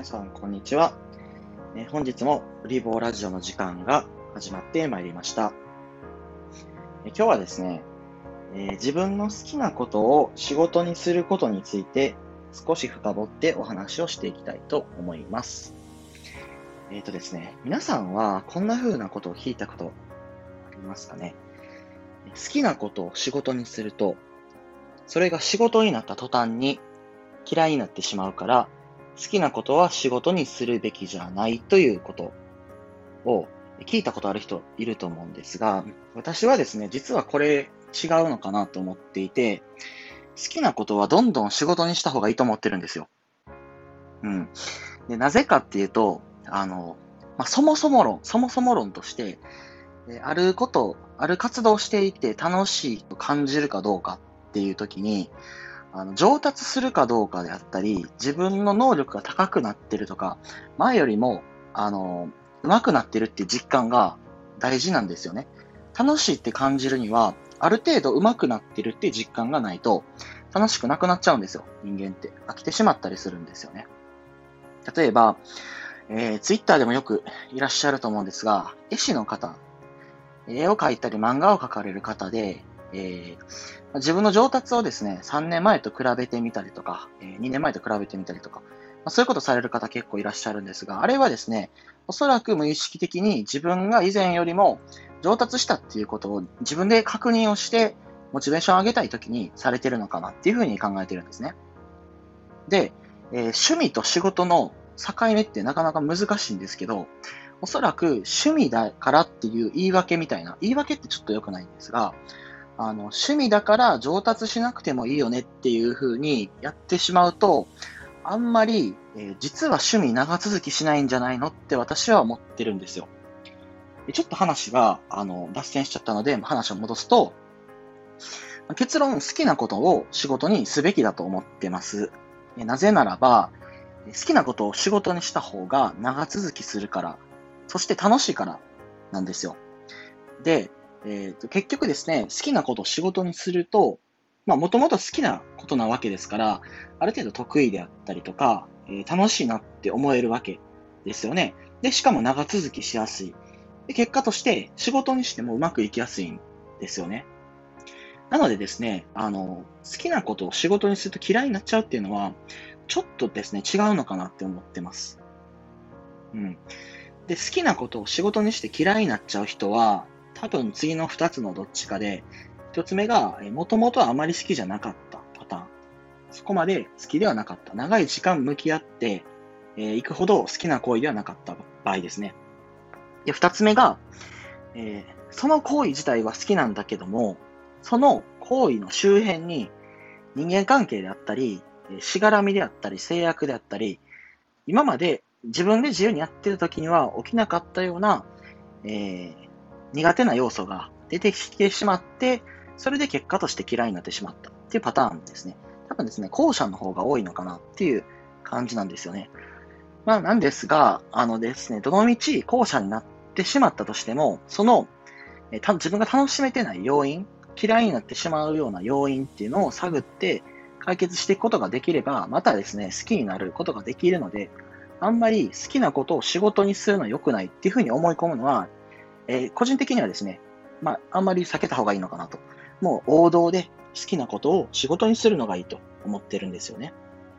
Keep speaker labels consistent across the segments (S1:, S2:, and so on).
S1: 皆さん、こんにちは。本日もウリボーラジオの時間が始まってまいりました。今日はですね、自分の好きなことを仕事にすることについて少し深掘ってお話をしていきたいと思います。ですね、皆さんはこんな風なことを聞いたことありますかね。好きなことを仕事にすると、それが仕事になった途端に嫌いになってしまうから、好きなことは仕事にするべきじゃないということを聞いたことある人いると思うんですが、私はですね、実はこれ違うのかなと思っていて、好きなことはどんどん仕事にした方がいいと思ってるんですよ。うん。で、なぜかっていうと、そもそも論として、ある活動をしていて楽しいと感じるかどうかっていう時に、上達するかどうかであったり、自分の能力が高くなってるとか、前よりも、上手くなってるっていう実感が大事なんですよね。楽しいって感じるには、ある程度上手くなってるっていう実感がないと、楽しくなくなっちゃうんですよ。人間って。飽きてしまったりするんですよね。例えば、ツイッターでもよくいらっしゃると思うんですが、絵師の方、絵を描いたり漫画を描かれる方で、自分の上達をですね、3年前と比べてみたりとか、2年前と比べてみたりとか、そういうことされる方結構いらっしゃるんですが、あれはですね、おそらく無意識的に自分が以前よりも上達したっていうことを自分で確認をして、モチベーションを上げたいときにされてるのかなっていうふうに考えてるんですね。で、趣味と仕事の境目ってなかなか難しいんですけど、おそらく趣味だからっていう言い訳みたいな、言い訳ってちょっと良くないんですが、趣味だから上達しなくてもいいよねっていう風にやってしまうと、あんまり、実は趣味長続きしないんじゃないのって私は思ってるんですよ。でちょっと話が、脱線しちゃったので、話を戻すと、結論、好きなことを仕事にすべきだと思ってます。なぜならば、好きなことを仕事にした方が長続きするから、そして楽しいからなんですよ。で、結局ですね、好きなことを仕事にすると、もともと好きなことなわけですから、ある程度得意であったりとか、楽しいなって思えるわけですよね。で、しかも長続きしやすい。で、結果として仕事にしてもうまくいきやすいんですよね。なのでですね、好きなことを仕事にすると嫌いになっちゃうっていうのは、ちょっとですね、違うのかなって思ってます。うん。で、好きなことを仕事にして嫌いになっちゃう人は、多分次の2つのどっちかで、1つ目が、もともとあまり好きじゃなかったパターン。そこまで好きではなかった。長い時間向き合って、いくほど好きな行為ではなかった場合ですね。で、2つ目が、その行為自体は好きなんだけども、その行為の周辺に人間関係であったり、しがらみであったり、制約であったり、今まで自分で自由にやってる時には起きなかったような、えー苦手な要素が出てきてしまって、それで結果として嫌いになってしまったっていうパターンですね。多分ですね、後者の方が多いのかなっていう感じなんですよね。なんですが、ですね、どのみち後者になってしまったとしても、その、自分が楽しめてない要因、嫌いになってしまうような要因っていうのを探って解決していくことができれば、またですね、好きになることができるので、あんまり好きなことを仕事にするのは良くないっていうふうに思い込むのは、個人的にはですね、あんまり避けた方がいいのかなと。もう王道で好きなことを仕事にするのがいいと思ってるんですよね。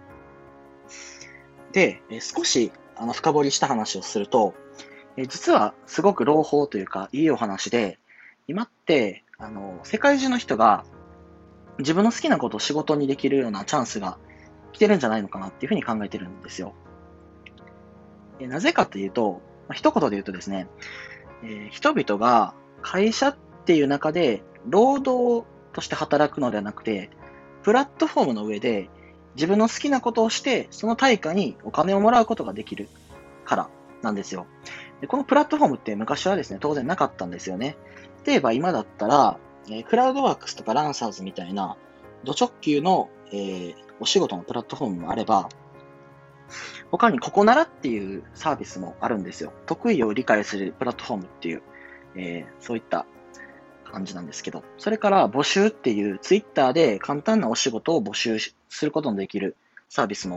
S1: で、少し深掘りした話をすると、実はすごく朗報というかいいお話で、今って世界中の人が自分の好きなことを仕事にできるようなチャンスが来てるんじゃないのかなっていうふうに考えてるんですよ。なぜかというと、一言で言うとですね、人々が会社っていう中で労働として働くのではなくて、プラットフォームの上で自分の好きなことをして、その対価にお金をもらうことができるからなんですよ。でこのプラットフォームって昔はですね、当然なかったんですよね。例えば今だったら、クラウドワークスとかランサーズみたいな、ド直球の、お仕事のプラットフォームもあれば、他にココナラっていうサービスもあるんですよ。得意を理解するプラットフォームっていう、そういった感じなんですけど、それから募集っていうツイッターで簡単なお仕事を募集することのできるサービスも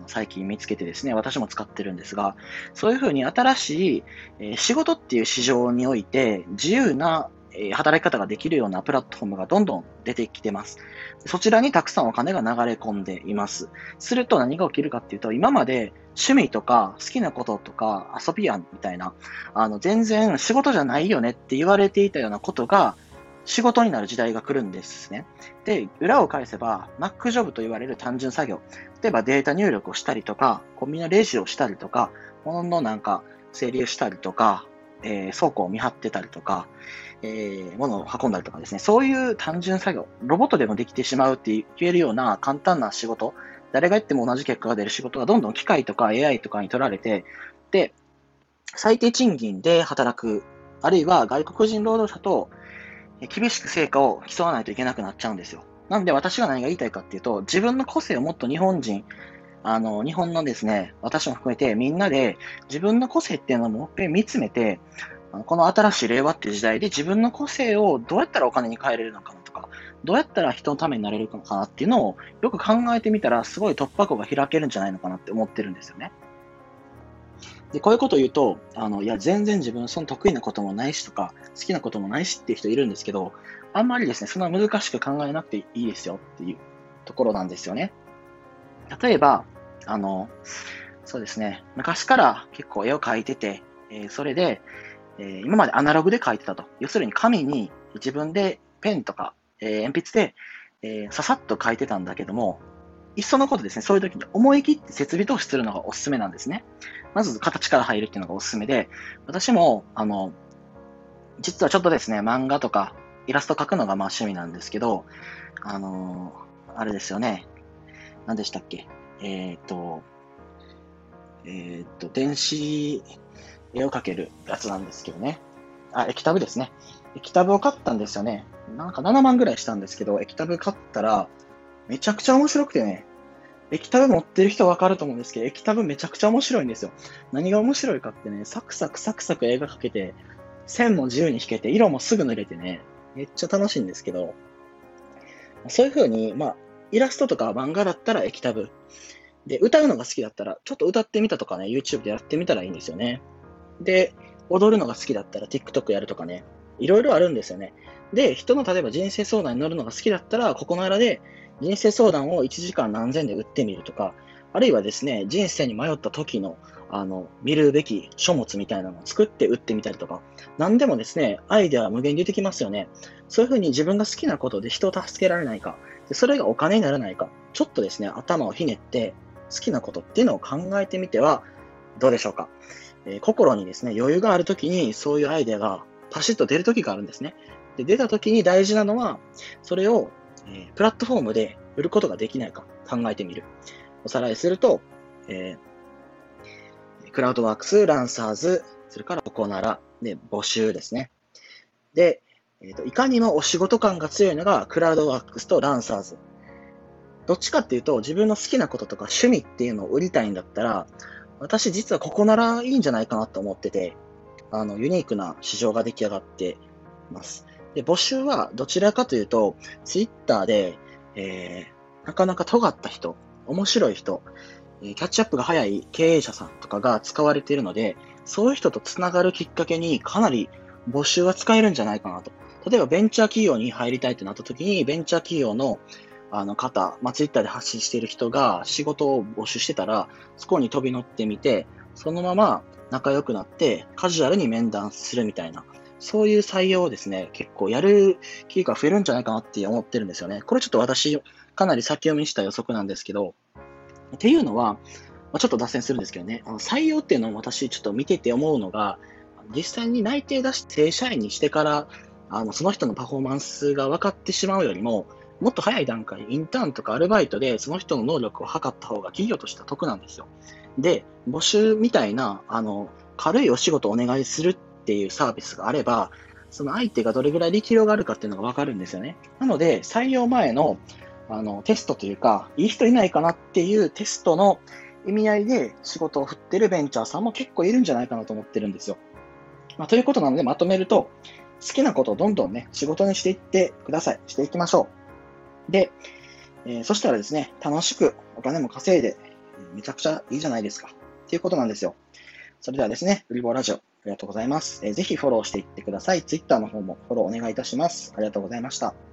S1: 最近見つけてですね、私も使ってるんですが、そういうふうに新しい仕事っていう市場において自由な働き方ができるようなプラットフォームがどんどん出てきてます。そちらにたくさんお金が流れ込んでいます。すると何が起きるかっていうと、今まで趣味とか好きなこととか遊びやんみたいな、全然仕事じゃないよねって言われていたようなことが仕事になる時代が来るんですね。で、裏を返せば、Mac ジョブと言われる単純作業。例えばデータ入力をしたりとか、コンビニのレジをしたりとか、物の整理をしたりとか、倉庫を見張ってたりとか、物を運んだりとかですね、そういう単純作業、ロボットでもできてしまうって言えるような簡単な仕事、誰がやっても同じ結果が出る仕事がどんどん機械とか AI とかに取られて、で、最低賃金で働く、あるいは外国人労働者と厳しく成果を競わないといけなくなっちゃうんですよ。なので私が何が言いたいかっていうと、自分の個性をもっと日本人、日本のですね、私も含めてみんなで自分の個性っていうのをもっぺん見つめて、この新しい令和っていう時代で自分の個性をどうやったらお金に変えれるのかなとか、どうやったら人のためになれるのかなっていうのをよく考えてみたら、すごい突破口が開けるんじゃないのかなって思ってるんですよね。で、こういうことを言うと、いや、全然自分その得意なこともないしとか、好きなこともないしっていう人いるんですけど、あんまりですね、そんな難しく考えなくていいですよっていうところなんですよね。例えば、そうですね、昔から結構絵を描いてて、それで、今までアナログで描いてたと。要するに紙に自分でペンとか、鉛筆で、ささっと描いてたんだけども、いっそのことですね、そういう時に思い切って設備投資するのがおすすめなんですね。まず形から入るっていうのがおすすめで、私も、実はちょっとですね、漫画とかイラスト描くのがまあ趣味なんですけど、あれですよね、何でしたっけ、電子絵を描けるやつなんですけどね。液タブですね。液タブを買ったんですよね。なんか7万ぐらいしたんですけど、液タブ買ったら、めちゃくちゃ面白くてね、液タブ持ってる人わかると思うんですけど、液タブめちゃくちゃ面白いんですよ。何が面白いかってね、サクサクサクサク絵が描けて、線も自由に引けて、色もすぐ塗れてね、めっちゃ楽しいんですけど、そういう風に、イラストとか漫画だったら液タブ。で、歌うのが好きだったら、ちょっと歌ってみたとかね、YouTube でやってみたらいいんですよね。で、踊るのが好きだったら TikTok やるとかね、いろいろあるんですよね。で、人の例えば人生相談に乗るのが好きだったら、ここの間で人生相談を1時間何千で売ってみるとか、あるいはですね、人生に迷った時の、見るべき書物みたいなのを作って売ってみたりとか、何でもですね、アイデアは無限に出てきますよね。そういうふうに自分が好きなことで人を助けられないか、でそれがお金にならないか、ちょっとですね、頭をひねって、好きなことっていうのを考えてみてはどうでしょうか。心にですね、余裕があるときにそういうアイデアがパシッと出るときがあるんですね。で、出たときに大事なのは、それを、プラットフォームで売ることができないか考えてみる。おさらいすると、クラウドワークス、ランサーズ、それからココナラ、で、募集ですね。で、いかにもお仕事感が強いのがクラウドワークスとランサーズ。どっちかっていうと、自分の好きなこととか趣味っていうのを売りたいんだったら、私実はここならいいんじゃないかなと思ってて、ユニークな市場が出来上がっています。で、募集はどちらかというと、ツイッターで、なかなか尖った人、面白い人、キャッチアップが早い経営者さんとかが使われているので、そういう人とつながるきっかけにかなり募集は使えるんじゃないかなと。例えばベンチャー企業に入りたいってなった時に、ベンチャー企業の方、ツイッターで発信している人が仕事を募集してたら、そこに飛び乗ってみて、そのまま仲良くなってカジュアルに面談するみたいな、そういう採用をですね、結構やる企業が増えるんじゃないかなって思ってるんですよね。これちょっと私、かなり先読みした予測なんですけど、っていうのは、ちょっと脱線するんですけどね、採用っていうのを私ちょっと見てて思うのが、実際に内定出して正社員にしてから、その人のパフォーマンスが分かってしまうよりも、もっと早い段階、インターンとかアルバイトでその人の能力を測った方が企業としては得なんですよ。で、募集みたいな、軽いお仕事をお願いするっていうサービスがあれば、その相手がどれぐらい力量があるかっていうのが分かるんですよね。なので、採用前の、テストというか、いい人いないかなっていうテストの意味合いで仕事を振ってるベンチャーさんも結構いるんじゃないかなと思ってるんですよ。ということなので、まとめると、好きなことをどんどんね、仕事にしていってください。していきましょう。で、そしたらですね、楽しくお金も稼いで、 めちゃくちゃいいじゃないですか。っていうことなんですよ。それではですね、ウリボーラジオ、ありがとうございます。ぜひフォローしていってください。Twitter の方もフォローお願いいたします。ありがとうございました。